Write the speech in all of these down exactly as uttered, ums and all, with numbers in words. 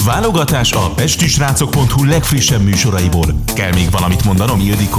Válogatás a pestisrácok pont hu legfrissebb műsoraiból. Kell még valamit mondanom, Ildikó?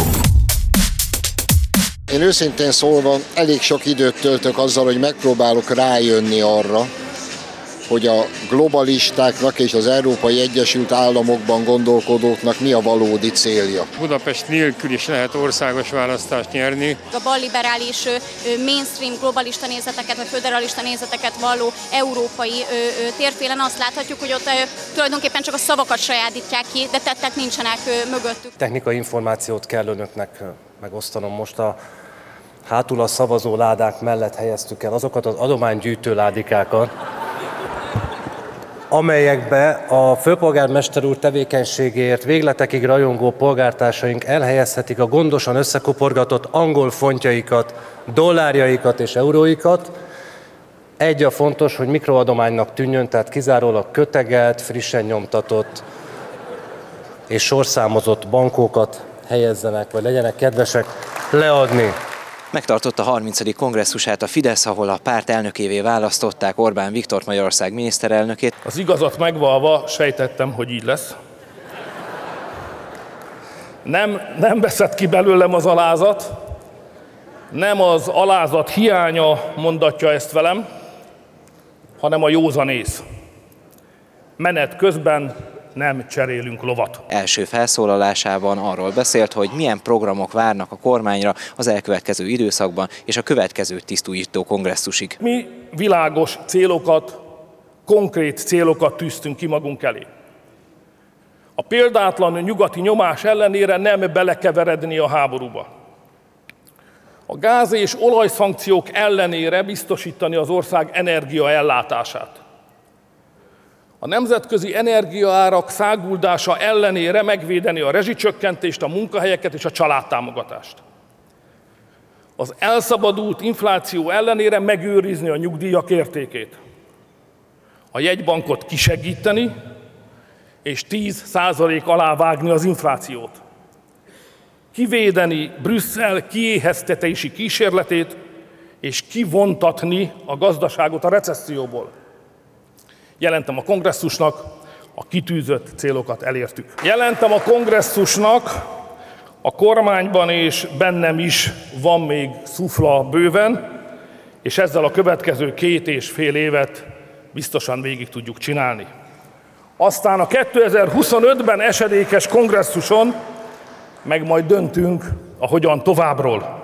Én őszintén szólva elég sok időt töltök azzal, hogy megpróbálok rájönni arra, hogy a globalistáknak és az Európai Egyesült Államokban gondolkodóknak mi a valódi célja. Budapest nélkül is lehet országos választást nyerni. A balliberális, mainstream, globalista nézeteket vagy föderalista nézeteket valló európai térfélen azt láthatjuk, hogy ott tulajdonképpen csak a szavakat sajátítják ki, de tettek nincsenek mögöttük. Technikai információt kell önöknek megosztanom most. A hátul a szavazó ládák mellett helyeztük el azokat az adománygyűjtő ládikákat, amelyekbe a főpolgármester úr tevékenységéért végletekig rajongó polgártársaink elhelyezhetik a gondosan összekuporgatott angol fontjaikat, dollárjaikat és euróikat. Egy a fontos, hogy mikroadománynak tűnjön, tehát kizárólag kötegelt, frissen nyomtatott és sorszámozott bankókat helyezzenek, vagy legyenek kedvesek leadni. Megtartotta harmincadik kongresszusát a Fidesz, ahol a párt elnökévé választották Orbán Viktort, Magyarország miniszterelnökét. Az igazat megvalva sejtettem, hogy így lesz. Nem, nem veszett ki belőlem az alázat, nem az alázat hiánya mondatja ezt velem, hanem a józanész. Menet közben nem cserélünk lovat. Első felszólalásában arról beszélt, hogy milyen programok várnak a kormányra az elkövetkező időszakban és a következő tisztújító kongresszusig. Mi világos célokat, konkrét célokat tűztünk ki magunk elé. A példátlan nyugati nyomás ellenére nem belekeveredni a háborúba. A gáz- és olajszankciók ellenére biztosítani az ország energiaellátását. A nemzetközi energiaárak száguldása ellenére megvédeni a rezsicsökkentést, a munkahelyeket és a családtámogatást. Az elszabadult infláció ellenére megőrizni a nyugdíjak értékét. A jegybankot kisegíteni és tíz százalék alá vágni az inflációt. Kivédeni Brüsszel kiéheztetési kísérletét és kivontatni a gazdaságot a recesszióból. Jelentem a kongresszusnak, a kitűzött célokat elértük. Jelentem a kongresszusnak, a kormányban és bennem is van még szufla bőven, és ezzel a következő két és fél évet biztosan végig tudjuk csinálni. Aztán a kétezer-huszonötben esedékes kongresszuson meg majd döntünk a hogyan továbbról.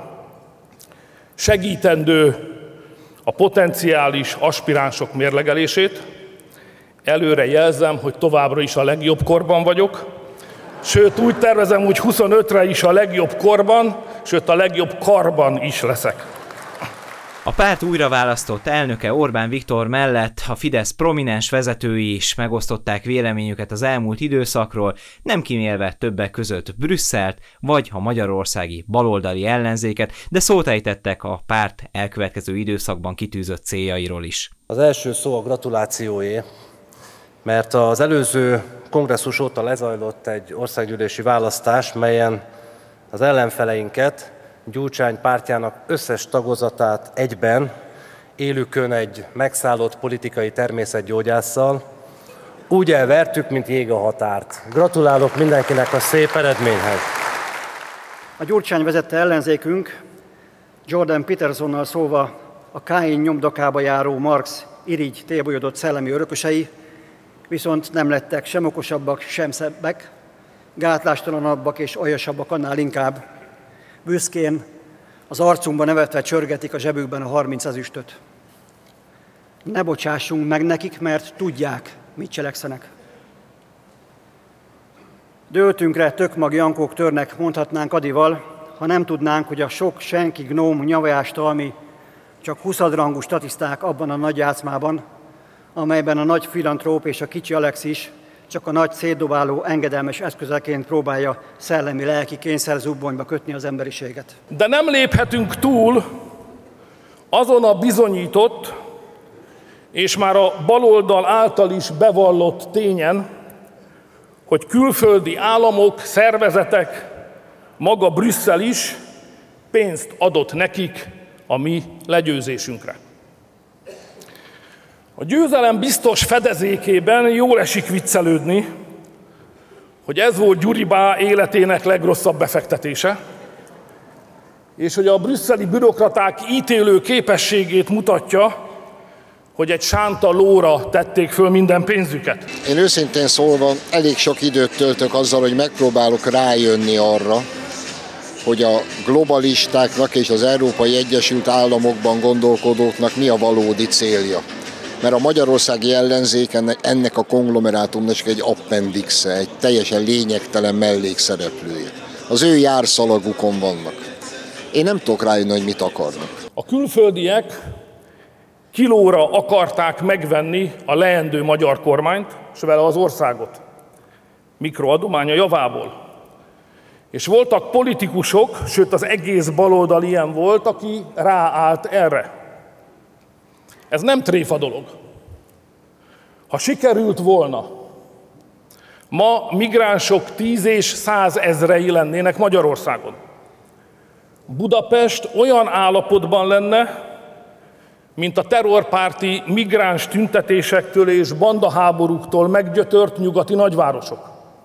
Segítendő a potenciális aspiránsok mérlegelését. Előre jelzem, hogy továbbra is a legjobb korban vagyok, sőt úgy tervezem, hogy huszonötre is a legjobb korban, sőt a legjobb karban is leszek. A párt újraválasztott elnöke Orbán Viktor mellett a Fidesz prominens vezetői is megosztották véleményüket az elmúlt időszakról, nem kímélve többek között Brüsszelt vagy a magyarországi baloldali ellenzéket, de szót ejtettek a párt elkövetkező időszakban kitűzött céljairól is. Az első szó a gratulációé, mert az előző kongresszus óta lezajlott egy országgyűlési választás, melyen az ellenfeleinket, Gyurcsány pártjának összes tagozatát egyben, élükön egy megszállott politikai természetgyógyásszal, úgy elvertük, mint jég a határt. Gratulálok mindenkinek a szép eredményhez! A Gyurcsány vezette ellenzékünk, Jordan Petersonnal szólva a Káin nyomdokába járó Marx irigy tébolyodott szellemi örökösei, viszont nem lettek sem okosabbak, sem szebbek, gátlástalanabbak és aljasabbak annál inkább. Büszkén az arcunkba nevetve csörgetik a zsebükben a harminc ezüstöt. Ne bocsássunk meg nekik, mert tudják, mit cselekszenek. Döltünkre tökmag jankók törnek, mondhatnánk Adival, ha nem tudnánk, hogy a sok senki, gnóm, nyavajástalmi, csak huszadrangú statiszták abban a nagy játszmában, amelyben a nagy filantróp és a kicsi Alex is csak a nagy szétdobáló engedelmes eszközeként próbálja szellemi-lelki kényszerzubbonyba kötni az emberiséget. De nem léphetünk túl azon a bizonyított, és már a baloldal által is bevallott tényen, hogy külföldi államok, szervezetek, maga Brüsszel is pénzt adott nekik a mi legyőzésünkre. A győzelem biztos fedezékében jól esik viccelődni, hogy ez volt Gyuribá életének legrosszabb befektetése, és hogy a brüsszeli bürokraták ítélő képességét mutatja, hogy egy sánta lóra tették föl minden pénzüket. Én őszintén szólva elég sok időt töltök azzal, hogy megpróbálok rájönni arra, hogy a globalistáknak és az Európai Egyesült Államokban gondolkodóknak mi a valódi célja. Mert a magyarországi ellenzék ennek a konglomerátumnak egy appendixe, egy teljesen lényegtelen mellékszereplője. Az ő járszalagukon vannak. Én nem tudok rájönni, hogy mit akarnak. A külföldiek kilóra akarták megvenni a leendő magyar kormányt, és vele az országot. Mikroadománya javából. És voltak politikusok, sőt az egész baloldal ilyen volt, aki ráállt erre. Ez nem tréfa dolog. Ha sikerült volna, ma migránsok tíz és százezrei lennének Magyarországon. Budapest olyan állapotban lenne, mint a terrorpárti migráns tüntetésektől és bandaháborúktól meggyötört nyugati nagyvárosok.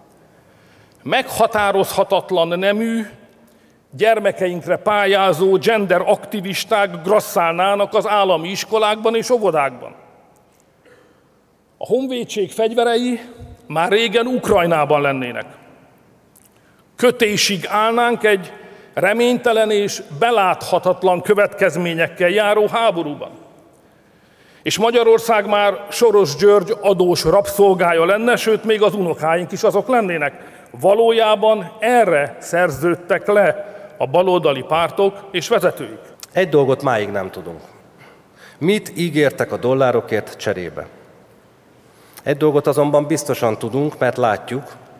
Meghatározhatatlan nemű, gyermekeinkre pályázó gender aktivisták grasszálnának az állami iskolákban és óvodákban. A honvédség fegyverei már régen Ukrajnában lennének. Kötésig állnánk egy reménytelen és beláthatatlan következményekkel járó háborúban. És Magyarország már Soros György adós rabszolgája lenne, sőt még az unokáink is azok lennének. Valójában erre szerződtek le a baloldali pártok és vezetőik. Egy dolgot máig nem tudunk. Mit ígértek a dollárokért cserébe? Egy dolgot azonban biztosan tudunk, mert látjuk,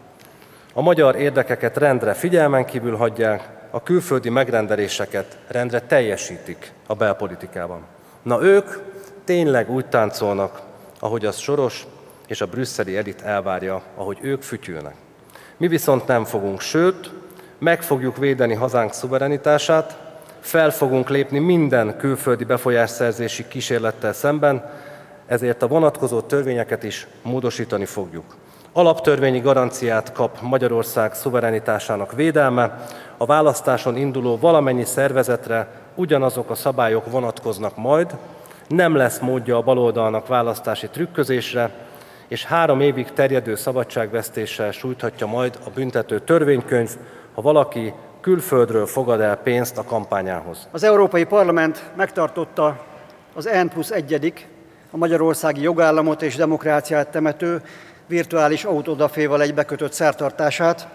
a magyar érdekeket rendre figyelmen kívül hagyják, a külföldi megrendeléseket rendre teljesítik a belpolitikában. Na ők tényleg úgy táncolnak, ahogy az Soros és a brüsszeli elit elvárja, ahogy ők fütyülnek. Mi viszont nem fogunk, sőt, meg fogjuk védeni hazánk szuverenitását, fel fogunk lépni minden külföldi befolyásszerzési kísérlettel szemben, ezért a vonatkozó törvényeket is módosítani fogjuk. Alaptörvényi garanciát kap Magyarország szuverenitásának védelme, a választáson induló valamennyi szervezetre ugyanazok a szabályok vonatkoznak majd, nem lesz módja a baloldalnak választási trükközésre, és három évig terjedő szabadságvesztéssel sújthatja majd a büntető törvénykönyv, ha valaki külföldről fogad el pénzt a kampányához. Az Európai Parlament megtartotta az N plusz egyedik, a magyarországi jogállamot és demokráciát temető virtuális autódaféval egybekötött szertartását.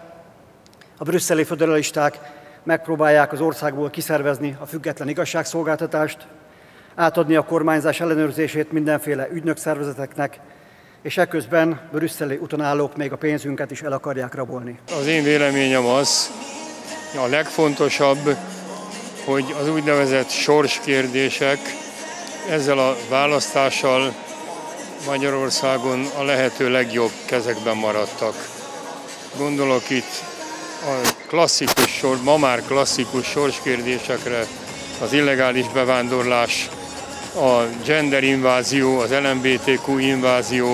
A brüsszeli föderalisták megpróbálják az országból kiszervezni a független igazságszolgáltatást, átadni a kormányzás ellenőrzését mindenféle ügynökszervezeteknek, és eközben brüsszeli utonállók még a pénzünket is el akarják rabolni. Az én véleményem az, a legfontosabb, hogy az úgynevezett sorskérdések ezzel a választással Magyarországon a lehető legjobb kezekben maradtak. Gondolok itt a klasszikus sor, ma már klasszikus sorskérdésekre, az illegális bevándorlás, a gender invázió, az el em bé té kú invázió,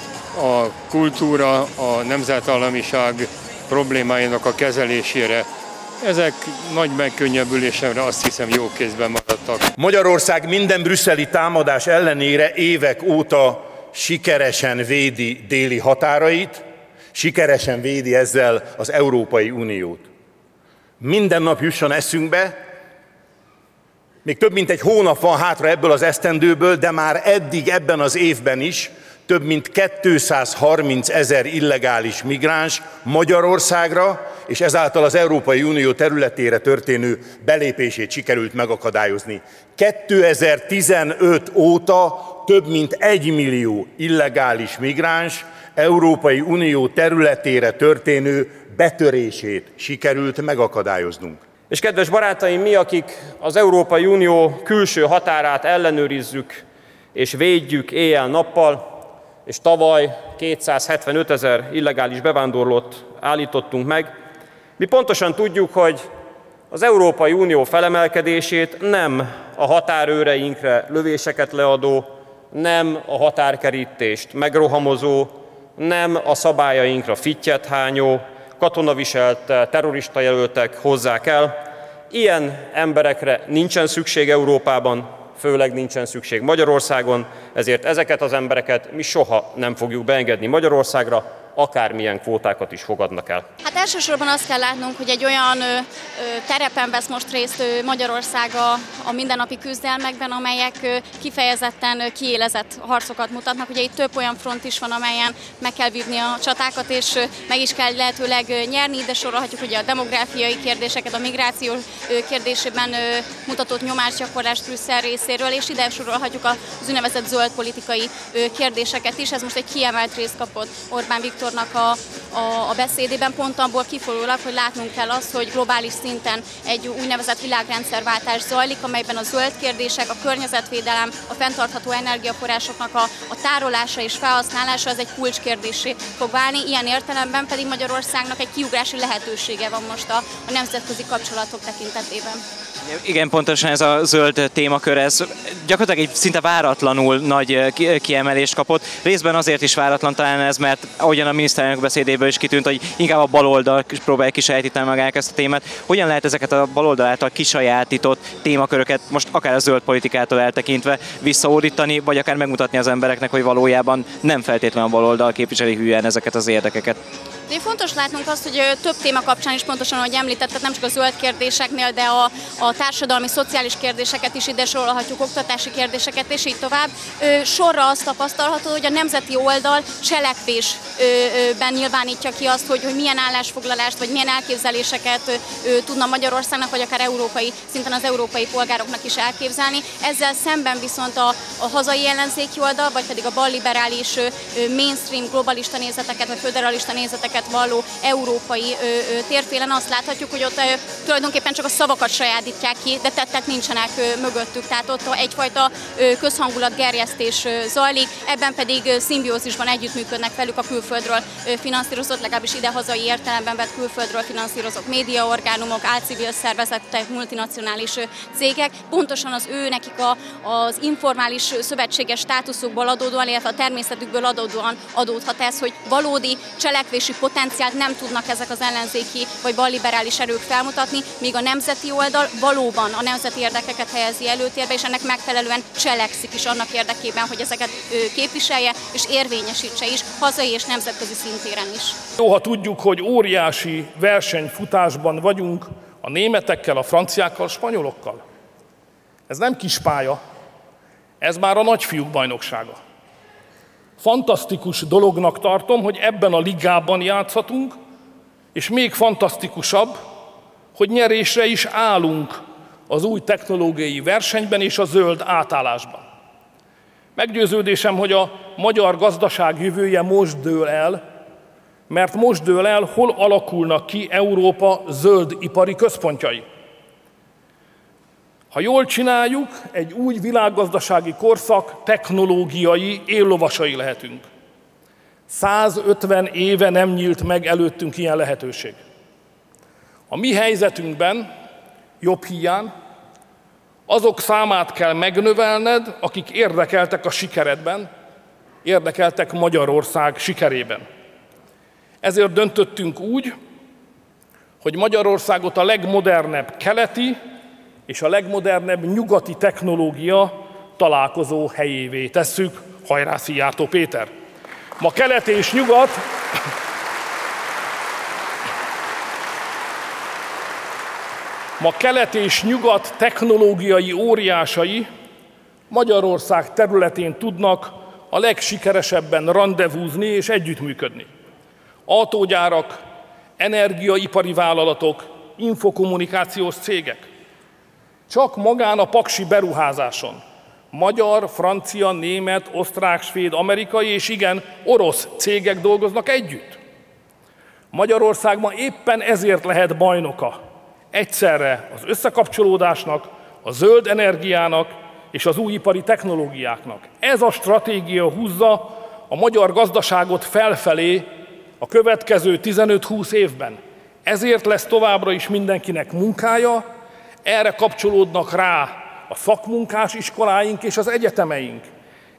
a kultúra, a nemzetállamiság problémáinak a kezelésére. Ezek nagy megkönnyebbülésemre azt hiszem jó kézben maradtak. Magyarország minden brüsszeli támadás ellenére évek óta sikeresen védi déli határait, sikeresen védi ezzel az Európai Uniót. Minden nap jusson eszünkbe, még több mint egy hónap van hátra ebből az esztendőből, de már eddig ebben az évben is több mint kétszázharminc ezer illegális migráns Magyarországra, és ezáltal az Európai Unió területére történő belépését sikerült megakadályozni. kétezer-tizenöt óta több mint egy millió illegális migráns Európai Unió területére történő betörését sikerült megakadályoznunk. És kedves barátaim, mi, akik az Európai Unió külső határát ellenőrizzük és védjük éjjel-nappal, és tavaly kétszázhetvenöt ezer illegális bevándorlót állítottunk meg, mi pontosan tudjuk, hogy az Európai Unió felemelkedését nem a határőreinkre lövéseket leadó nem a határkerítést megrohamozó, nem a szabályainkra fittyet hányó, katonaviselt terrorista jelöltek hozzák el. Ilyen emberekre nincsen szükség Európában, főleg nincsen szükség Magyarországon, ezért ezeket az embereket mi soha nem fogjuk beengedni Magyarországra, akármilyen kvótákat is fogadnak el. Hát elsősorban azt kell látnunk, hogy egy olyan ö, ö, terepen vesz most részt ö, Magyarország a, a mindennapi küzdelmekben, amelyek ö, kifejezetten ö, kiélezett harcokat mutatnak. Ugye itt több olyan front is van, amelyen meg kell vívni a csatákat, és ö, meg is kell lehetőleg ö, nyerni, de sorolhatjuk ugye a demográfiai kérdéseket, a migráció ö, kérdésében ö, mutatott nyomásgyakorlást Brüsszel részéről, és ide sorolhatjuk az úgynevezett zöld politikai ö, kérdéseket is. Ez most egy kiemelt részt kapott Orbán Viktor A, a, a beszédében, pont abból kifolyólag, hogy látnunk kell azt, hogy globális szinten egy úgynevezett világrendszerváltás zajlik, amelyben a zöld kérdések, a környezetvédelem, a fenntartható energiaforrásoknak a, a tárolása és felhasználása az egy kulcskérdésé fog válni, ilyen értelemben pedig Magyarországnak egy kiugrási lehetősége van most a, a nemzetközi kapcsolatok tekintetében. Igen, pontosan ez a zöld témakör, ez gyakorlatilag egy szinte váratlanul nagy kiemelést kapott. Részben azért is váratlan talán ez, mert ahogyan a miniszterelnök beszédéből is kitűnt, hogy inkább a baloldal próbálja kisajátítani magának ezt a témát. Hogyan lehet ezeket a baloldal által kisajátított témaköröket most akár a zöld politikától eltekintve visszaordítani, vagy akár megmutatni az embereknek, hogy valójában nem feltétlenül a baloldal képviseli hülyen ezeket az érdekeket? De fontos látnunk azt, hogy több téma kapcsán is pontosan, ahogy említetted, nem csak a zöld kérdéseknél, de a, a társadalmi, szociális kérdéseket is ide sorolhatjuk, oktatási kérdéseket, és így tovább. Sorra azt tapasztalható, hogy a nemzeti oldal cselekvésben nyilvánítja ki azt, hogy, hogy milyen állásfoglalást, vagy milyen elképzeléseket tudna Magyarországnak, vagy akár európai szinten az európai polgároknak is elképzelni. Ezzel szemben viszont a, a hazai ellenzéki oldal, vagy pedig a balliberális mainstream globalista nézeteket, vagy föderalista nézeteket valló európai ö, ö, térfélen azt láthatjuk, hogy ott ö, tulajdonképpen csak a szavakat sajátítják ki, de tettek nincsenek ö, mögöttük, tehát ott egyfajta ö, közhangulatgerjesztés ö, zajlik, ebben pedig ö, szimbiózisban együttműködnek velük a külföldről ö, finanszírozott, legalábbis ide hazai értelemben vett külföldről finanszírozott médiaorgánumok, álcivil szervezetek, multinacionális ö, cégek, pontosan az ő nekik a, az informális szövetséges státuszukból adódóan, illetve a természetükből adódóan adódhat ez, hogy valódi cselekvési potenciált nem tudnak ezek az ellenzéki vagy balliberális erők felmutatni, míg a nemzeti oldal valóban a nemzeti érdekeket helyezi előtérbe, és ennek megfelelően cselekszik is annak érdekében, hogy ezeket képviselje és érvényesítse is, hazai és nemzetközi szintéren is. Jó, ha tudjuk, hogy óriási versenyfutásban vagyunk a németekkel, a franciákkal, a spanyolokkal. Ez nem kis pálya, ez már a nagyfiúk bajnoksága. Fantasztikus dolognak tartom, hogy ebben a ligában játszhatunk, és még fantasztikusabb, hogy nyerésre is állunk az új technológiai versenyben és a zöld átállásban. Meggyőződésem, hogy a magyar gazdaság jövője most dől el, mert most dől el, hol alakulnak ki Európa zöld ipari központjai. Ha jól csináljuk, egy új világgazdasági korszak technológiai éllovasai lehetünk. százötven éve nem nyílt meg előttünk ilyen lehetőség. A mi helyzetünkben, jobb híján, azok számát kell megnövelned, akik érdekeltek a sikeredben, érdekeltek Magyarország sikerében. Ezért döntöttünk úgy, hogy Magyarországot a legmodernebb keleti és a legmodernebb nyugati technológia találkozó helyévé tesszük. Hajrá, Szijjártó Péter! Ma kelet és nyugat Ma kelet és nyugat technológiai óriásai Magyarország területén tudnak a legsikeresebben randevúzni és együttműködni. Autógyárak, energiaipari vállalatok, infokommunikációs cégek. Csak magán a paksi beruházáson magyar, francia, német, osztrák, svéd, amerikai és igen, orosz cégek dolgoznak együtt. Magyarország ma éppen ezért lehet bajnoka egyszerre az összekapcsolódásnak, a zöld energiának és az új ipari technológiáknak. Ez a stratégia húzza a magyar gazdaságot felfelé a következő tizenöt-húsz évben. Ezért lesz továbbra is mindenkinek munkája, erre kapcsolódnak rá a szakmunkás iskoláink és az egyetemeink.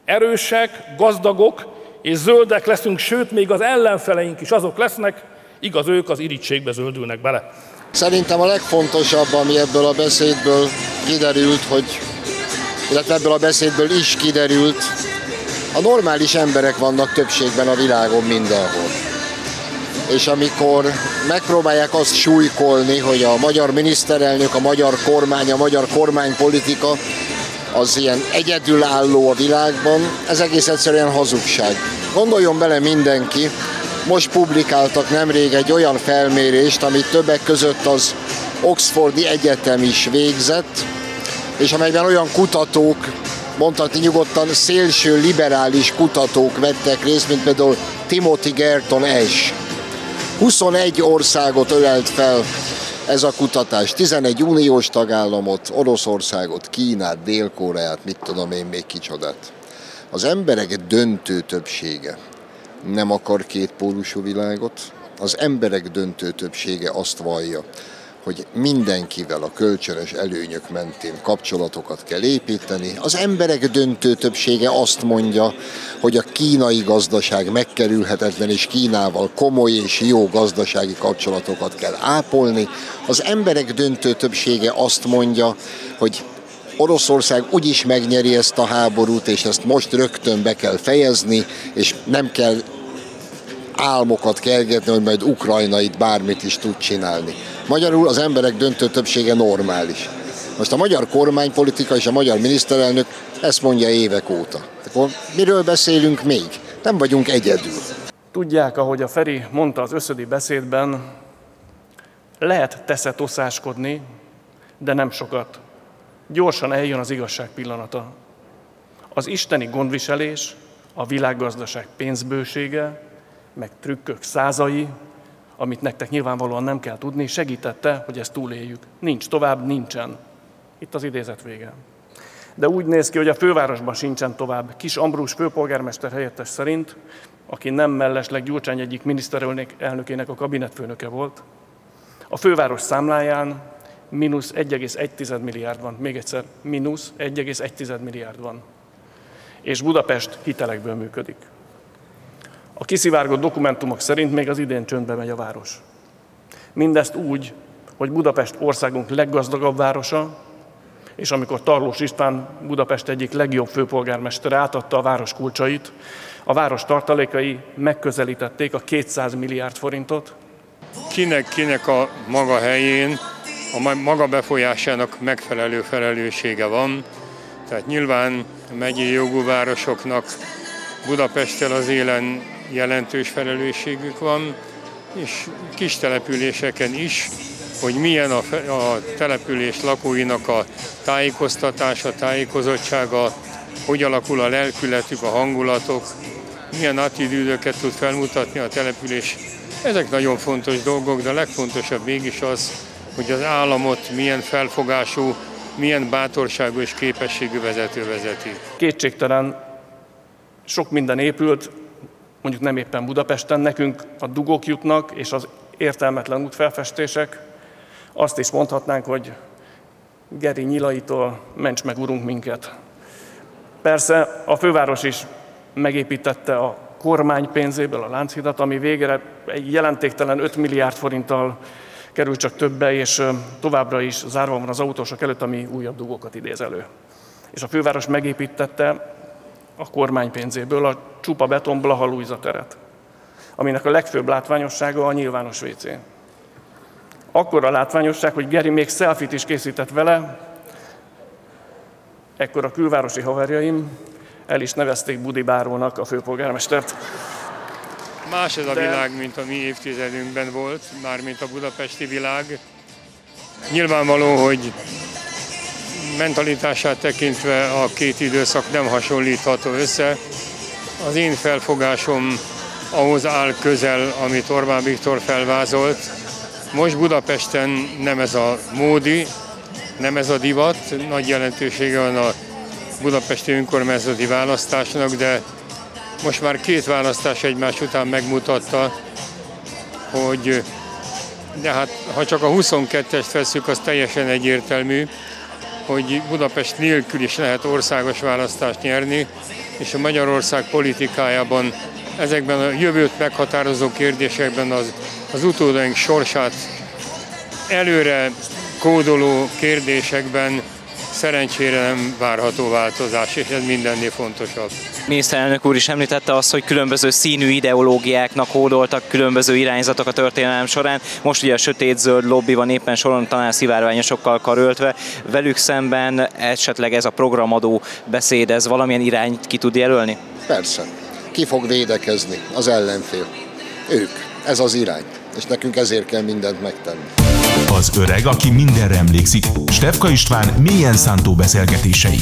Erősek, gazdagok és zöldek leszünk, sőt, még az ellenfeleink is azok lesznek, igaz, ők az irítségbe zöldülnek bele. Szerintem a legfontosabb, ami ebből a beszédből kiderült, hogy, illetve ebből a beszédből is kiderült, a normális emberek vannak többségben a világon mindenhol. És amikor megpróbálják azt súlykolni, hogy a magyar miniszterelnök, a magyar kormány, a magyar kormánypolitika az ilyen egyedülálló a világban, ez egész egyszerűen hazugság. Gondoljon bele mindenki, most publikáltak nemrég egy olyan felmérést, amit többek között az Oxfordi Egyetem is végzett, és amelyben olyan kutatók, mondhatni nyugodtan szélső liberális kutatók vettek részt, mint például Timothy Garton Ash. huszonegy országot ölelt fel ez a kutatás, tizenegy uniós tagállamot, Oroszországot, Kínát, Dél-Koreát, mit tudom én még kicsodát. Az emberek döntő többsége nem akar kétpólusú világot, az emberek döntő többsége azt vallja, hogy mindenkivel a kölcsönös előnyök mentén kapcsolatokat kell építeni. Az emberek döntő többsége azt mondja, hogy a kínai gazdaság megkerülhetetlen, és Kínával komoly és jó gazdasági kapcsolatokat kell ápolni. Az emberek döntő többsége azt mondja, hogy Oroszország úgyis megnyeri ezt a háborút, és ezt most rögtön be kell fejezni, és nem kell álmokat kergetni, hogy majd Ukrajna itt bármit is tud csinálni. Magyarul az emberek döntő többsége normális. Most a magyar kormánypolitika és a magyar miniszterelnök ezt mondja évek óta. Akkor miről beszélünk még? Nem vagyunk egyedül. Tudják, ahogy a Feri mondta az összödi beszédben, lehet teszetoszáskodni, de nem sokat. Gyorsan eljön az igazság pillanata. Az isteni gondviselés, a világgazdaság pénzbősége, meg trükkök százai, amit nektek nyilvánvalóan nem kell tudni, segítette, hogy ezt túléljük. Nincs tovább, nincsen. Itt az idézet vége. De úgy néz ki, hogy a fővárosban sincsen tovább. Kis Ambrus főpolgármester helyettes szerint, aki nem mellesleg Gyurcsány egyik miniszterelnökének a kabinetfőnöke volt, a főváros számláján mínusz egy egész egy milliárd van. Még egyszer, mínusz egy egész egy milliárd van. És Budapest hitelekből működik. A kiszivárgott dokumentumok szerint még az idén csöndbe megy a város. Mindezt úgy, hogy Budapest országunk leggazdagabb városa, és amikor Tarlós István, Budapest egyik legjobb főpolgármestere átadta a város kulcsait, a város tartalékai megközelítették a kétszáz milliárd forintot. Kinek-kinek a maga helyén, a maga befolyásának megfelelő felelőssége van. Tehát nyilván a megyei jogú városoknak Budapesttel az élen jelentős felelősségük van, és kis településeken is, hogy milyen a, a település lakóinak a tájékoztatása, tájékozottsága, hogy alakul a lelkületük, a hangulatok, milyen attitűdöket tud felmutatni a település. Ezek nagyon fontos dolgok, de a legfontosabb mégis az, hogy az államot milyen felfogású, milyen bátorságú és képességű vezető vezeti. Kétségtelen sok minden épült, mondjuk nem éppen Budapesten, nekünk a dugók jutnak, és az értelmetlen útfelfestések. Azt is mondhatnánk, hogy Geri nyilaitól ments meg urunk minket. Persze a főváros is megépítette a kormány pénzéből a Lánchidat, ami végére egy jelentéktelen öt milliárd forinttal kerül csak többe, és továbbra is zárva van az autósok előtt, ami újabb dugókat idéz elő. És a főváros megépítette a kormány pénzéből a csupa beton Blaha Lujza teret, aminek a legfőbb látványossága a nyilvános vé cé. Akkora látványosság, hogy Geri még selfit is készített vele, ekkor a külvárosi haverjaim el is nevezték Budi bárónak a főpolgármestert. Más ez a De... világ, mint a mi évtizedünkben volt, mármint a budapesti világ. Nyilvánvaló, hogy mentalitását tekintve a két időszak nem hasonlítható össze. Az én felfogásom ahhoz áll közel, amit Orbán Viktor felvázolt. Most Budapesten nem ez a módi, nem ez a divat, nagy jelentősége van a budapesti önkormányzati választásnak, de most már két választás egymás után megmutatta, hogy de hát ha csak a huszonkettest vesszük, az teljesen egyértelmű, hogy Budapest nélkül is lehet országos választást nyerni, és a Magyarország politikájában, ezekben a jövőt meghatározó kérdésekben az, az utódaink sorsát előre kódoló kérdésekben szerencsére nem várható változás, és ez mindennél fontosabb. Miniszterelnök úr is említette azt, hogy különböző színű ideológiáknak hódoltak különböző irányzatok a történelem során. Most ugye a sötét-zöld lobby van éppen soron, talán szivárványosokkal karöltve. Velük szemben esetleg ez a programadó beszéd, ez valamilyen irányt ki tud jelölni? Persze. Ki fog védekezni? Az ellenfél. Ők. Ez az irány. És nekünk ezért kell mindent megtenni. Az öreg, aki mindenre emlékszik, Stefka István mélyen szántó beszélgetései.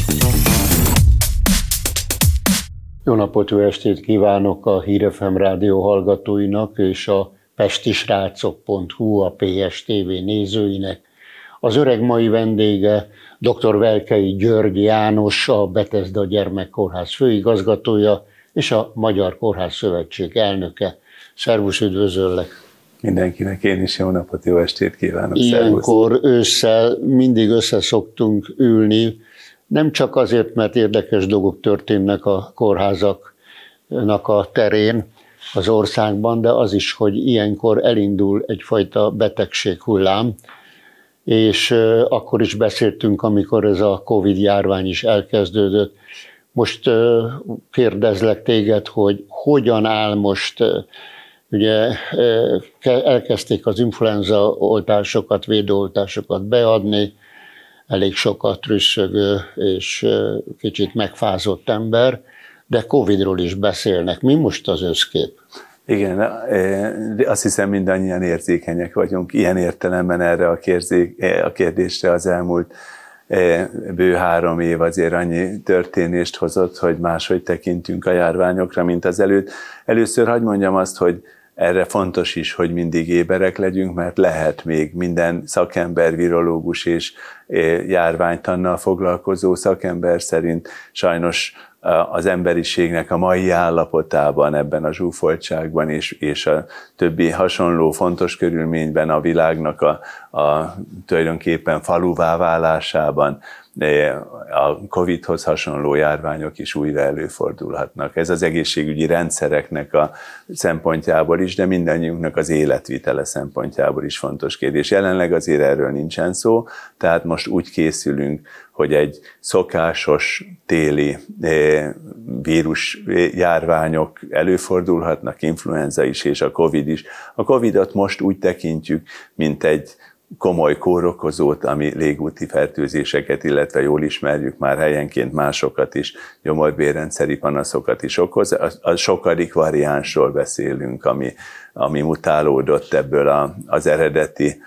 Jó napot, jó estét kívánok a Hír ef em rádió hallgatóinak és a pestisrácok pont hu, a pé es té vé nézőinek. Az öreg mai vendége dr. Velkei György János, a Bethesda Gyermekkórház főigazgatója és a Magyar Kórház Szövetség elnöke. Szervusz, üdvözöllek! Mindenkinek én is jó napot, jó estét kívánok! Ilyenkor szervusz. Ősszel mindig össze szoktunk ülni, nem csak azért, mert érdekes dolgok történnek a kórházaknak a terén az országban, de az is, hogy ilyenkor elindul egyfajta betegséghullám, és akkor is beszéltünk, amikor ez a Covid járvány is elkezdődött. Most kérdezlek téged, hogy hogyan áll most, ugye elkezdték az influenza oltásokat, védőoltásokat beadni, elég sokat trüsszögő és kicsit megfázott ember, de Covidról is beszélnek. Mi most az összkép? Igen, azt hiszem mindannyian érzékenyek vagyunk ilyen értelemben erre a, kérzé, a kérdésre. Az elmúlt bő három év azért annyi történést hozott, hogy máshogy tekintünk a járványokra, mint az előtt. Először hadd mondjam azt, hogy erre fontos is, hogy mindig éberek legyünk, mert lehet még minden szakember, virológus és járványtannal foglalkozó szakember szerint sajnos az emberiségnek a mai állapotában, ebben a zsúfoltságban és, és a többi hasonló fontos körülményben a világnak a, a tulajdonképpen faluvá válásában a Covidhoz hasonló járványok is újra előfordulhatnak. Ez az egészségügyi rendszereknek a szempontjából is, de mindannyiunknak az életvitele szempontjából is fontos kérdés. Jelenleg azért erről nincsen szó, tehát most úgy készülünk, hogy egy szokásos téli vírus járványok előfordulhatnak, influenza is és a Covid is. A Covidot most úgy tekintjük, mint egy komoly kórokozót, ami légúti fertőzéseket, illetve jól ismerjük már helyenként másokat is, gyomorbérrendszeri panaszokat is okoz. A, a sokadik variánsról beszélünk, ami, ami mutálódott ebből a, az eredeti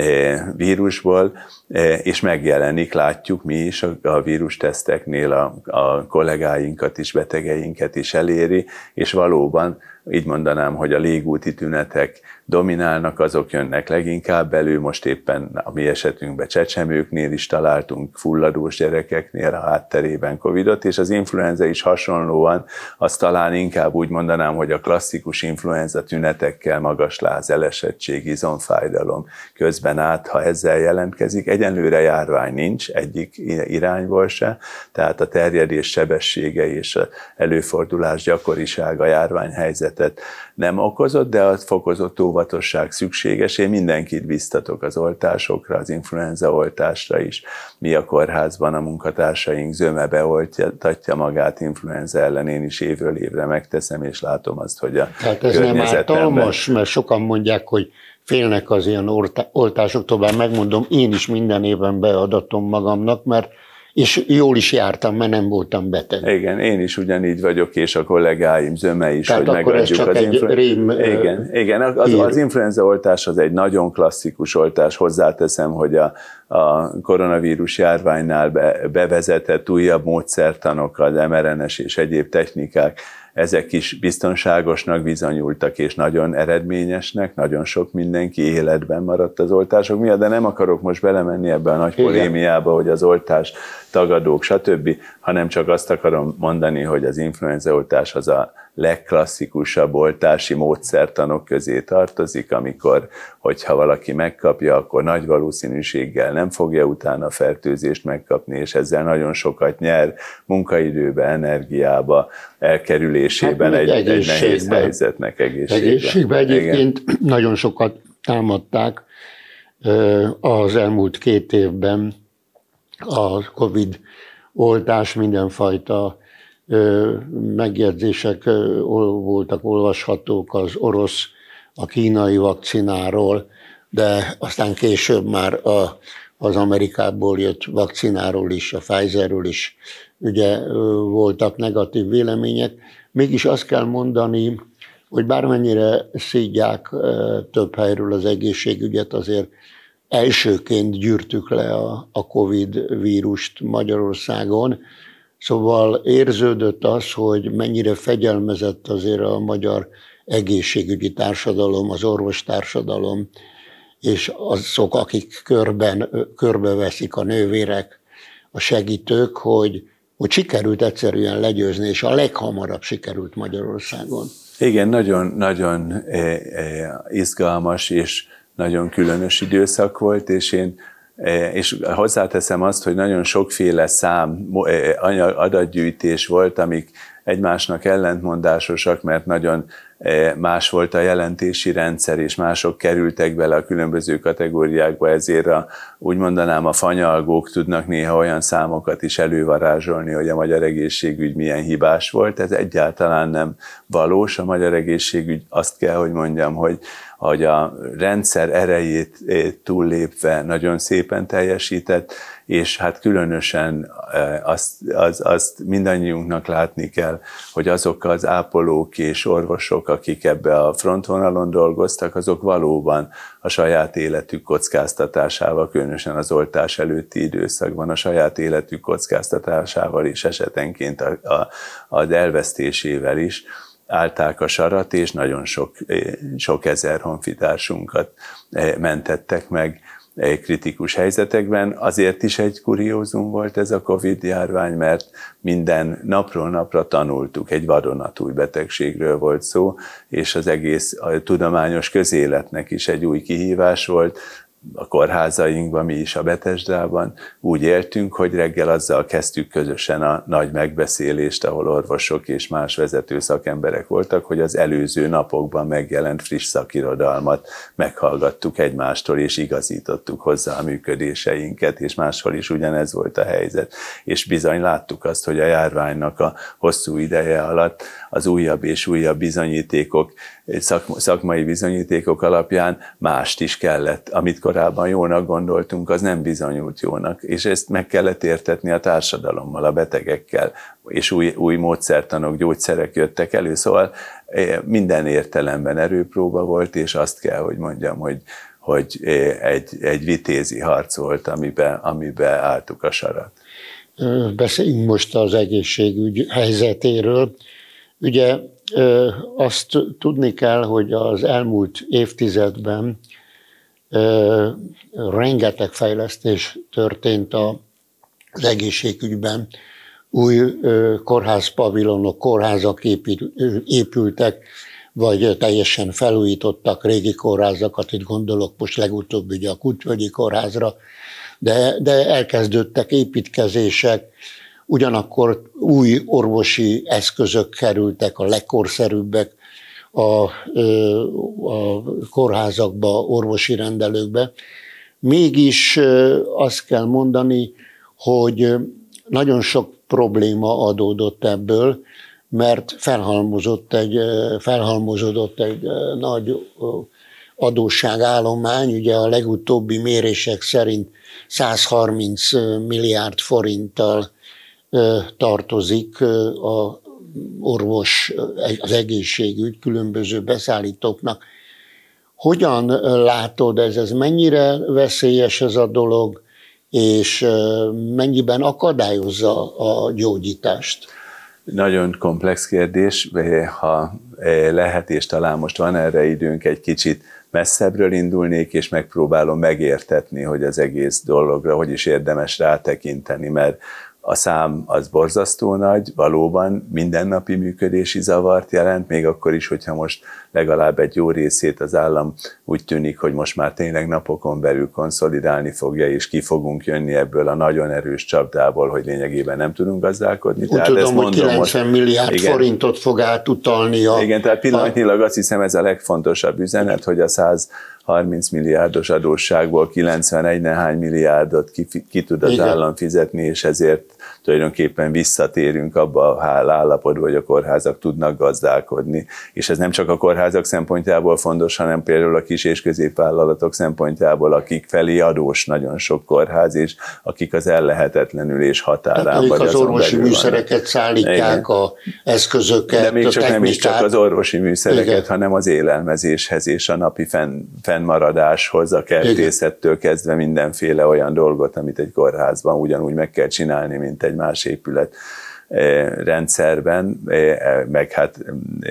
e, vírusból, e, és megjelenik, látjuk mi is a, a vírusteszteknél a, a kollégáinkat is, betegeinket is eléri, és valóban így mondanám, hogy a légúti tünetek dominálnak, azok jönnek leginkább elő. Most éppen a mi esetünkben csecsemőknél is találtunk, fulladós gyerekeknél a hátterében Covidot, és az influenza is hasonlóan, azt talán inkább úgy mondanám, hogy a klasszikus influenza tünetekkel, magas láz, elesettség, izomfájdalom közben át, ha ezzel jelentkezik. Egyenlőre járvány nincs egyik irányból se, tehát a terjedés sebessége és az előfordulás gyakorisága, járványhelyzet nem okozott, de a fokozott óvatosság szükséges. Én mindenkit biztatok az oltásokra, az influenza oltásra is. Mi a kórházban a munkatársaink zöme beoltatja magát influenza ellen, én is évről évre megteszem, és látom azt, hogy a Tehát ez nem ártalmas, mert sokan mondják, hogy félnek az ilyen oltásoktól, bár megmondom, én is minden évben beadatom magamnak, mert és jól is jártam, mert nem voltam beteg. Igen, én is ugyanígy vagyok, és a kollégáim zöme is, tehát hogy megadjuk az influenza. Igen, igen, az, az influenza oltás az egy nagyon klasszikus oltás. Hozzáteszem, hogy a, a koronavírus járványnál be, bevezetett újabb módszertanok, az em er en es és egyéb technikák, ezek is biztonságosnak bizonyultak, és nagyon eredményesnek, nagyon sok mindenki életben maradt az oltások miatt, de nem akarok most belemenni ebbe a nagy polémiába, hogy az oltás tagadók, stb., hanem csak azt akarom mondani, hogy az influenza oltás az a legklasszikusabb oltási módszertanok közé tartozik, amikor, hogyha valaki megkapja, akkor nagy valószínűséggel nem fogja utána a fertőzést megkapni, és ezzel nagyon sokat nyer munkaidőbe, energiába, elkerülésében hát, egy, egy nehéz helyzetnek, egészségben. Egészségben egyébként igen. Nagyon sokat támadták az elmúlt két évben a Covid oltás, mindenfajta megjegyzések voltak olvashatók az orosz, a kínai vakcináról, de aztán később már a, az Amerikából jött vakcináról is, a Pfizerről is ugye voltak negatív vélemények. Mégis azt kell mondani, hogy bármennyire szídják több helyről az egészségügyet, azért elsőként gyűrtük le a, a Covid vírust Magyarországon. Szóval érződött az, hogy mennyire fegyelmezett azért a magyar egészségügyi társadalom, az orvostársadalom, és azok, akik körben, körbeveszik a nővérek, a segítők, hogy, hogy sikerült egyszerűen legyőzni, és a leghamarabb sikerült Magyarországon. Igen, nagyon, nagyon izgalmas és nagyon különös időszak volt, és én és hozzáteszem azt, hogy nagyon sokféle szám, adatgyűjtés volt, amik egymásnak ellentmondásosak, mert nagyon más volt a jelentési rendszer, és mások kerültek bele a különböző kategóriákba, ezért a, úgy mondanám, a fanyalgók tudnak néha olyan számokat is elővarázsolni, hogy a magyar egészségügy milyen hibás volt. Ez egyáltalán nem valós. A magyar egészségügy, azt kell, hogy mondjam, hogy hogy a rendszer erejét túllépve nagyon szépen teljesített, és hát különösen azt, az, azt mindannyiunknak látni kell, hogy azok az ápolók és orvosok, akik ebbe a frontvonalon dolgoztak, azok valóban a saját életük kockáztatásával, különösen az oltás előtti időszakban a saját életük kockáztatásával és esetenként a, a, az elvesztésével is állták a sarat, és nagyon sok, sok ezer honfitársunkat mentettek meg kritikus helyzetekben. Azért is egy kuriózum volt ez a Covid-járvány, mert minden napról napra tanultuk, egy vadonatúj betegségről volt szó, és az egész a tudományos közéletnek is egy új kihívás volt. A kórházainkban, mi is a Betesdában úgy éltünk, hogy reggel azzal kezdtük közösen a nagy megbeszélést, ahol orvosok és más vezető szakemberek voltak, hogy az előző napokban megjelent friss szakirodalmat meghallgattuk egymástól, és igazítottuk hozzá a működéseinket, és máshol is ugyanez volt a helyzet. És bizony láttuk azt, hogy a járványnak a hosszú ideje alatt az újabb és újabb bizonyítékok, szakmai bizonyítékok alapján mást is kellett, amit korábban jónak gondoltunk, az nem bizonyult jónak, és ezt meg kellett értetni a társadalommal, a betegekkel, és új, új módszertanok, gyógyszerek jöttek elő, szóval minden értelemben erőpróba volt, és azt kell, hogy mondjam, hogy, hogy egy, egy vitézi harc volt, amiben, amiben álltuk a sarat. Beszéljünk most az egészségügy helyzetéről. Ugye azt tudni kell, hogy az elmúlt évtizedben rengeteg fejlesztés történt az egészségügyben. Új kórházpavilonok, kórházak épültek, vagy teljesen felújítottak régi kórházakat, itt gondolok most legutóbb ugye a Kútvölgyi kórházra, de, de elkezdődtek építkezések, ugyanakkor új orvosi eszközök kerültek, a legkorszerűbbek a, a kórházakba, orvosi rendelőkbe. Mégis azt kell mondani, hogy nagyon sok probléma adódott ebből, mert felhalmozott egy, felhalmozódott egy nagy adósságállomány, ugye a legutóbbi mérések szerint százharminc milliárd forinttal tartozik a orvos, az egészségügy különböző beszállítóknak. Hogyan látod ez, ez mennyire veszélyes ez a dolog, és mennyiben akadályozza a gyógyítást? Nagyon komplex kérdés, ha lehet, és talán most van erre időnk, egy kicsit messzebbről indulnék, és megpróbálom megértetni, hogy az egész dologra hogy is érdemes rátekinteni, mert a szám az borzasztó nagy, valóban mindennapi működési zavart jelent, még akkor is, hogyha most legalább egy jó részét az állam úgy tűnik, hogy most már tényleg napokon belül konszolidálni fogja, és ki fogunk jönni ebből a nagyon erős csapdából, hogy lényegében nem tudunk gazdálkodni. Úgy tehát tudom, hogy kilencven milliárd igen, forintot fog átutalni a... Igen, tehát pillanatnyilag azt hiszem ez a legfontosabb üzenet, hogy a száz harminc milliárdos adósságból kilencvenegy nehány milliárdot ki, ki tud az igen, állam fizetni, és ezért tulajdonképpen visszatérünk abba a állapotba, hogy a kórházak tudnak gazdálkodni. És ez nem csak a kórházak szempontjából fontos, hanem például a kis és középvállalatok szempontjából, akik felé adós nagyon sok kórház, és akik az ellehetetlenülés határán. Hát, vagy az orvosi műszereket szállítják, igen, a eszközöket, de még a csak technikát. Nem is csak az orvosi műszereket, igen, hanem az élelmezéshez és a napi fenn, fennmaradáshoz, a kertészettől kezdve mindenféle olyan dolgot, amit egy kórházban ugyanúgy meg kell csinálni, mint egy más épület rendszerben, meg hát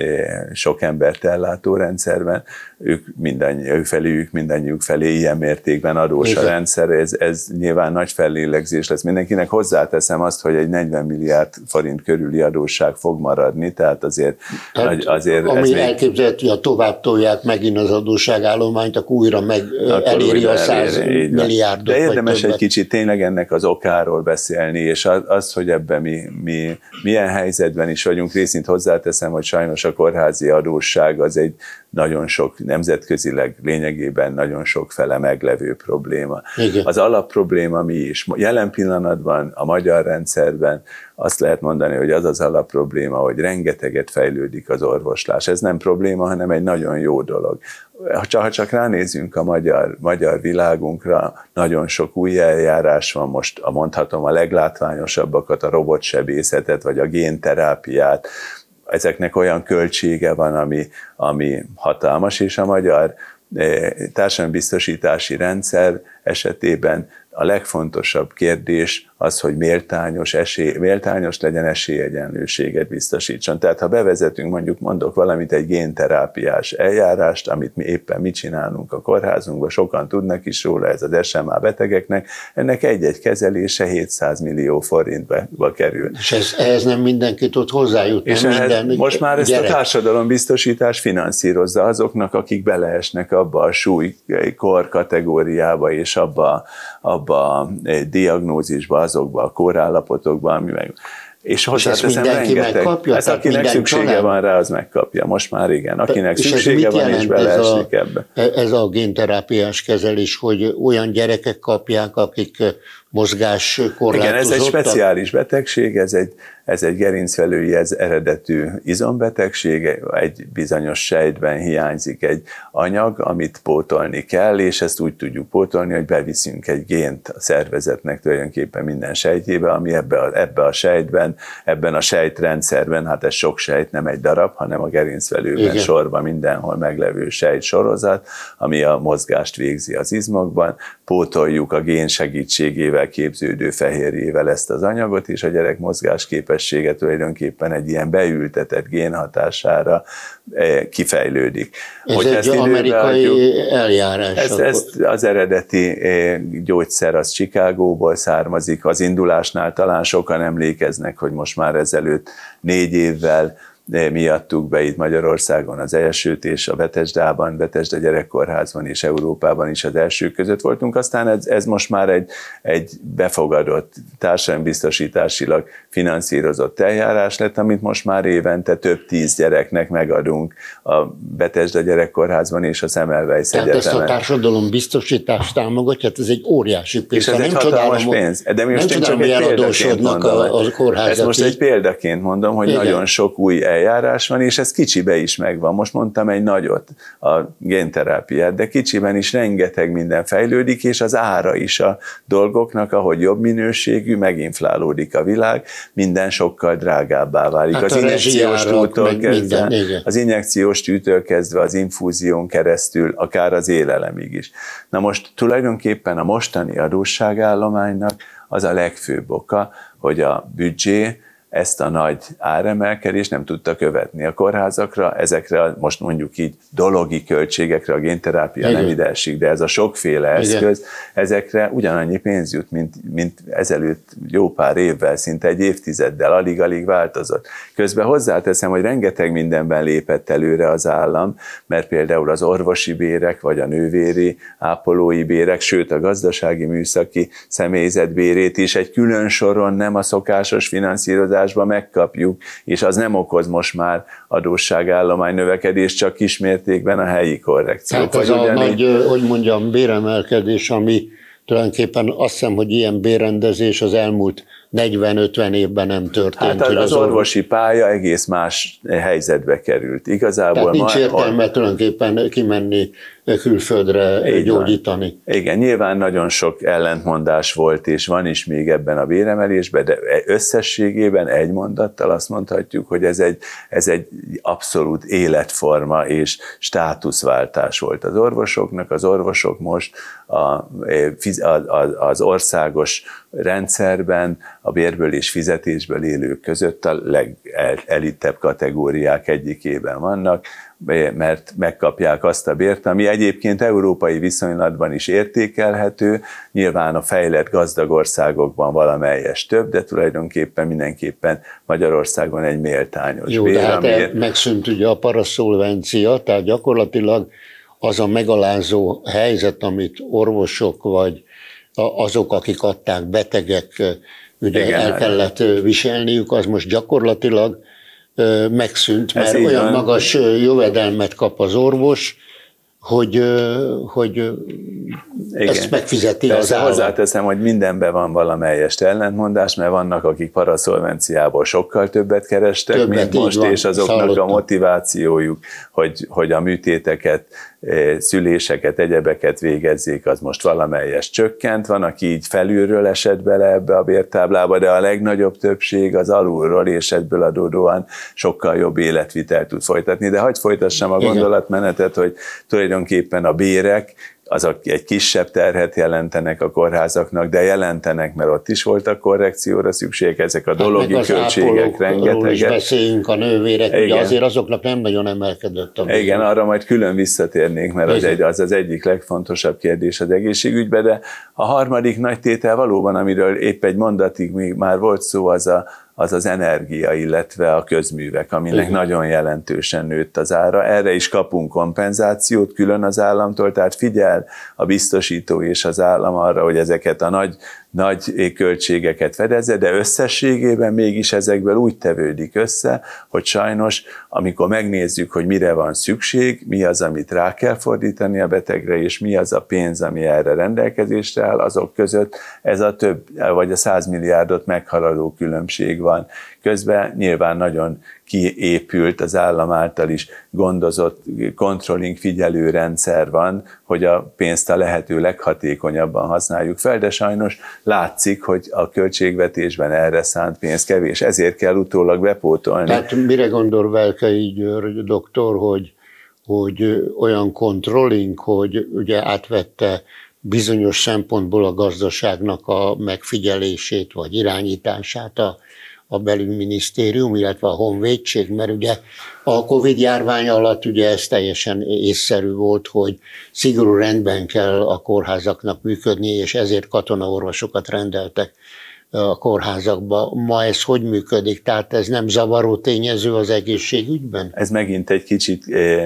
sok embert ellátó rendszerben, ők mindannyi, ő felé, mindannyiuk felé ilyen mértékben adós a rendszer, ez, ez nyilván nagy fellélegzés lesz mindenkinek. Hozzáteszem azt, hogy egy negyven milliárd forint körüli adósság fog maradni, tehát azért... Tehát azért ami még... elképzelhető, hogy ha tovább tolják megint az adósságállományt, akkor újra meg akkor eléri a száz milliárdot. De érdemes egy kicsit tényleg ennek az okáról beszélni, és az, hogy ebben mi, mi milyen helyzetben is vagyunk. Részint hozzáteszem, hogy sajnos a kórházi adósság az egy nagyon sok, nemzetközileg lényegében nagyon sok fele meglevő probléma. Igen. Az alapprobléma mi is? Jelen pillanatban a magyar rendszerben azt lehet mondani, hogy az az alapprobléma, hogy rengeteget fejlődik az orvoslás. Ez nem probléma, hanem egy nagyon jó dolog. Ha csak ránézünk a magyar, magyar világunkra, nagyon sok új eljárás van, most mondhatom a leglátványosabbakat, a robotsebészetet, vagy a génterápiát. Ezeknek olyan költsége van, ami, ami hatalmas, és a magyar társadalombiztosítási rendszer esetében a legfontosabb kérdés az, hogy méltányos, esély, méltányos legyen, esélyegyenlőséget biztosítson. Tehát ha bevezetünk, mondjuk mondok valamit, egy génterápiás eljárást, amit mi éppen mi csinálunk a kórházunkban, sokan tudnak is róla, ez az es em á betegeknek, ennek egy-egy kezelése hétszáz millió forintba kerül. És ez, ehhez nem mindenki tud hozzájutni. És minden most már ezt gyerek. A társadalombiztosítás finanszírozza azoknak, akik beleesnek abba a súlykor kategóriába, és abba, abba a diagnózisba, azokba a kórállapotokba, ami meg... És hozzáteszem rengeteg. Ez akinek szüksége család? Van rá, az megkapja. Most már igen. Akinek és szüksége van, és beleesik ebbe. Ez a génterápiás kezelés, hogy olyan gyerekek kapják, akik mozgáskorlátozottak? Igen, ez egy speciális betegség, ez egy, ez egy gerincvelői ez eredetű izombetegség, egy bizonyos sejtben hiányzik egy anyag, amit pótolni kell, és ezt úgy tudjuk pótolni, hogy beviszünk egy gént a szervezetnek tulajdonképpen minden sejtjébe, ami ebbe a, ebbe a sejtben, ebben a sejtrendszerben, hát ez sok sejt, nem egy darab, hanem a gerincvelőben igen, sorban mindenhol meglevő sejt sorozat, ami a mozgást végzi az izmokban, pótoljuk a gén segítségével, képződő fehérjével ezt az anyagot, és a gyerek mozgásképessége tulajdonképpen egy ilyen beültetett gén hatására kifejlődik. Ez hogy egy ezt amerikai adjuk, eljárás. Ez, ez az eredeti gyógyszer az Chicagóból származik, az indulásnál talán sokan emlékeznek, hogy most már ezelőtt négy évvel mi adtuk be itt Magyarországon az elsőt, és a Betesdában, Betesda gyerekkórházban és Európában is az elsők között voltunk. Aztán ez, ez most már egy, egy befogadott, társadalombiztosításilag finanszírozott eljárás lett, amit most már évente több tíz gyereknek megadunk a Betesda gyerekkórházban és a Semmelweis Egyetemen. Tehát ezt a társadalombiztosítást támogatja, ez egy óriási pénz. És ez egy hatalmas pénz. De most én csak egy példaként mondom, a, a ezt most egy példaként mondom, hogy igen, nagyon sok új eljárás van, és ez kicsibe is megvan. Most mondtam egy nagyot, a génterápiát, de kicsiben is rengeteg minden fejlődik, és az ára is a dolgoknak, ahogy jobb minőségű, meginflálódik a világ, minden sokkal drágábbá válik. Hát az injekciós tűtől kezdve, minden, az injekciós tűtől kezdve, az infúzión keresztül, akár az élelemig is. Na most tulajdonképpen a mostani adósságállománynak az a legfőbb oka, hogy a büdzsé ezt a nagy áremelkedést nem tudta követni a kórházakra, ezekre most mondjuk így dologi költségekre, a génterápia Igen. nem ide esik, de ez a sokféle eszköz, Igen. ezekre ugyanannyi pénz jut, mint, mint ezelőtt jó pár évvel, szinte egy évtizeddel, alig-alig változott. Közben hozzáteszem, hogy rengeteg mindenben lépett előre az állam, mert például az orvosi bérek, vagy a nővéri, ápolói bérek, sőt a gazdasági műszaki személyzet bérét is egy külön soron, nem a szokásos finanszírozásban megkapjuk, és az nem okoz most már adósságállomány növekedés, csak kismértékben a helyi korrekció. Tehát ez a ugyanígy... nagy, hogy mondjam, béremelkedés, ami tulajdonképpen azt hiszem, hogy ilyen bérrendezés az elmúlt negyven-ötven évben nem történt. Hát az, az orvosi pálya egész más helyzetbe került. Igazából Tehát nincs ma... értelme tulajdonképpen kimenni külföldre Így gyógyítani. Van. Igen, nyilván nagyon sok ellentmondás volt, és van is még ebben a béremelésben, de összességében egy mondattal azt mondhatjuk, hogy ez egy, ez egy abszolút életforma és státuszváltás volt az orvosoknak. Az orvosok most a, az országos rendszerben a bérből és fizetésből élők között a legelitebb kategóriák egyikében vannak, mert megkapják azt a bért, ami egyébként európai viszonylatban is értékelhető, nyilván a fejlett gazdag országokban valamelyes több, de tulajdonképpen mindenképpen Magyarországon egy méltányos Jó, bér. de hát amiért... megszűnt ugye a paraszolvencia, tehát gyakorlatilag az a megalázó helyzet, amit orvosok vagy azok, akik adták, betegek, ugye Igen, el kellett viselniük, az most gyakorlatilag megszűnt, mert olyan van. magas jövedelmet kap az orvos, hogy, hogy Igen. ezt megfizeti Persze az állam. Hozzáteszem, hogy mindenben van valamelyest ellentmondás, mert vannak, akik paraszolvenciából sokkal többet kerestek, többet, mint most, van. és azoknak Szállottam. a motivációjuk, hogy, hogy a műtéteket, szüléseket, egyebeket végezzék, az most valamelyest csökkent. Van, aki így felülről esett bele ebbe a bértáblába, de a legnagyobb többség az alulról, és ebből adódóan sokkal jobb életvitelt tud folytatni. De hadd folytassam a gondolatmenetet, hogy tulajdonképpen a bérek, azok egy kisebb terhet jelentenek a kórházaknak, de jelentenek, mert ott is voltak korrekcióra szükség, ezek a dologi hát költségek rengeteget. Is beszéljünk, a nővérek, Igen. ugye azért azoknak nem nagyon emelkedett a bér. Igen, arra majd külön visszatérnénk, mert az, egy, az az egyik legfontosabb kérdés az egészségügyben, de a harmadik nagy tétel valóban, amiről épp egy mondatig még már volt szó, az a az az energia, illetve a közművek, aminek Igen. nagyon jelentősen nőtt az ára. Erre is kapunk kompenzációt külön az államtól, tehát figyel a biztosító és az állam arra, hogy ezeket a nagy, nagy költségeket fedezze, de összességében mégis ezekből úgy tevődik össze, hogy sajnos, amikor megnézzük, hogy mire van szükség, mi az, amit rá kell fordítani a betegre, és mi az a pénz, ami erre rendelkezésre áll, azok között ez a több, vagy a száz milliárdot meghaladó különbség van. Közben nyilván nagyon kiépült az állam által is gondozott controlling figyelő rendszer van, hogy a pénzt a lehető leghatékonyabban használjuk fel, de sajnos látszik, hogy a költségvetésben erre szánt pénz kevés, ezért kell utólag bepótolni. Tehát mire gondol Velkei György doktor, hogy, hogy olyan controlling, hogy ugye átvette bizonyos szempontból a gazdaságnak a megfigyelését vagy irányítását a a belügyminisztérium, illetve a honvédség, mert ugye a Covid-járvány alatt ugye ez teljesen észszerű volt, hogy szigorú rendben kell a kórházaknak működni, és ezért katonaorvosokat rendeltek a kórházakba. Ma ez hogy működik? Tehát ez nem zavaró tényező az egészségügyben? Ez megint egy kicsit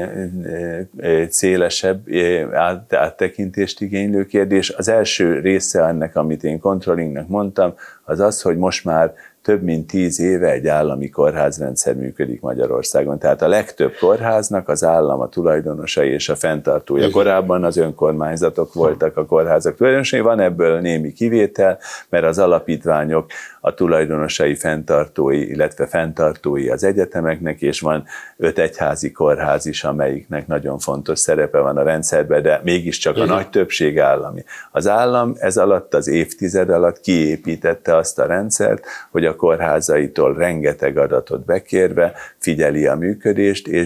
szélesebb áttekintést igénylő kérdés. Az első része ennek, amit én controllingnak mondtam, az az, hogy most már több mint tíz éve egy állami kórházrendszer működik Magyarországon. Tehát a legtöbb kórháznak az állam a tulajdonosai és a fenntartója. Korábban az önkormányzatok voltak a kórházak tulajdonosai, van ebből némi kivétel, mert az alapítványok a tulajdonosai, fenntartói, illetve fenntartói az egyetemeknek, és van öt egyházi kórház is, amelyiknek nagyon fontos szerepe van a rendszerben, de mégiscsak a nagy többség állami. Az állam ez alatt, az évtized alatt kiépítette azt a rendszert, hogy a kórházaitól rengeteg adatot bekérve figyeli a működést, és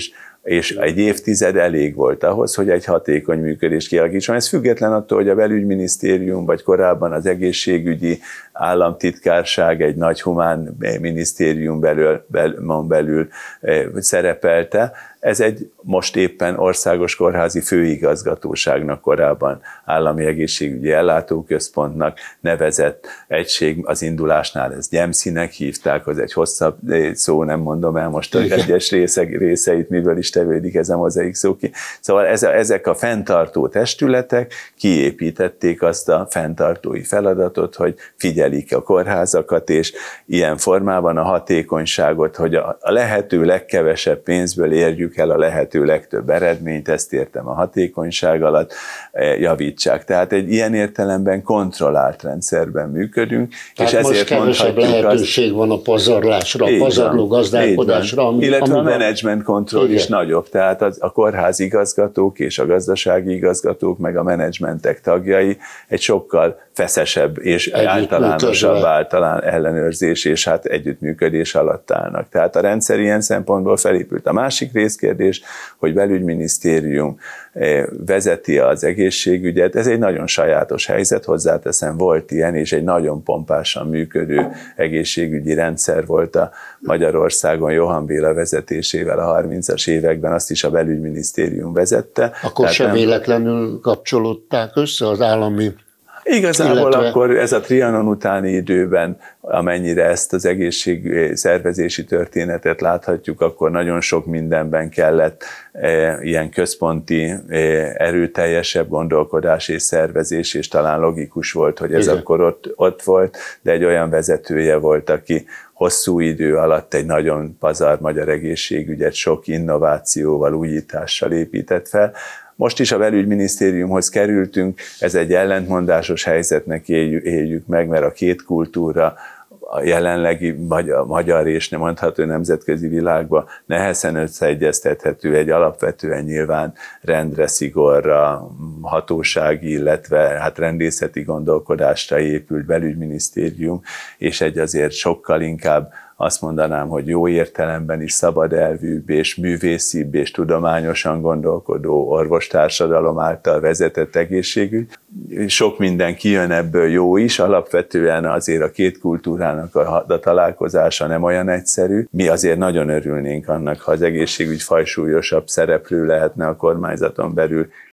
és egy évtized elég volt ahhoz, hogy egy hatékony működést kialakítson. Ez független attól, hogy a belügyminisztérium, vagy korábban az egészségügyi államtitkárság egy nagy humán minisztérium belül, belül, belül szerepelte. Ez egy most éppen országos kórházi főigazgatóságnak, korábban állami egészségügyi ellátóközpontnak nevezett egység. Az indulásnál ezt gyemszinek hívták, az egy hosszabb szó, nem mondom el most az egyes részek, részeit, miből is tevődik ez a mozaik szó ki. Szóval ez a, ezek a fenntartó testületek kiépítették azt a fenntartói feladatot, hogy figyelik a kórházakat, és ilyen formában a hatékonyságot, hogy a, a lehető legkevesebb pénzből érjük el a lehető legtöbb eredményt, ezt értem a hatékonyság alatt, javítsák. Tehát egy ilyen értelemben kontrollált rendszerben működünk. Tehát és ezért most kevesebb lehetőség azt, van a pazarlásra, a pazarló gazdálkodásra. Ami, Illetve amivel... a menedzsment kontroll is nagyobb, tehát az, a kórház igazgatók és a gazdasági igazgatók meg a menedzsmentek tagjai egy sokkal feszesebb és általánosabb általán ellenőrzés és hát együttműködés alatt állnak. Tehát a rendszer ilyen szempontból felépült. A másik részkérdés, hogy belügyminisztérium vezeti az egészségügyet, ez egy nagyon sajátos helyzet, hozzáteszem, volt ilyen, és egy nagyon pompásan működő egészségügyi rendszer volt a Magyarországon Johann Béla vezetésével a harmincas években, azt is a belügyminisztérium vezette. Akkor sem nem... véletlenül kapcsolódták össze az állami... Igazából illetve... akkor ez a Trianon utáni időben, amennyire ezt az egészségszervezési történetet láthatjuk, akkor nagyon sok mindenben kellett e, ilyen központi, e, erőteljesebb gondolkodás és szervezés, és talán logikus volt, hogy ez Igen. akkor ott, ott volt, de egy olyan vezetője volt, aki hosszú idő alatt egy nagyon pazar magyar egészségügyet sok innovációval, újítással épített fel. Most is a belügyminisztériumhoz kerültünk, ez egy ellentmondásos helyzetnek éljük, éljük meg, mert a két kultúra a jelenlegi magyar, magyar és nem mondható nemzetközi világban nehezen összeegyeztethető, egy alapvetően nyilván rendre, szigorra, hatósági, illetve hát rendészeti gondolkodásra épült belügyminisztérium, és egy azért sokkal inkább azt mondanám, hogy jó értelemben is szabad elvűbb és művészibb és tudományosan gondolkodó orvostársadalom által vezetett egészségügy. Sok minden kijön ebből jó is, alapvetően azért a két kultúrának a, a találkozása nem olyan egyszerű. Mi azért nagyon örülnénk annak, ha az egészségügy fajsúlyosabb szereplő lehetne a kormányzaton belül,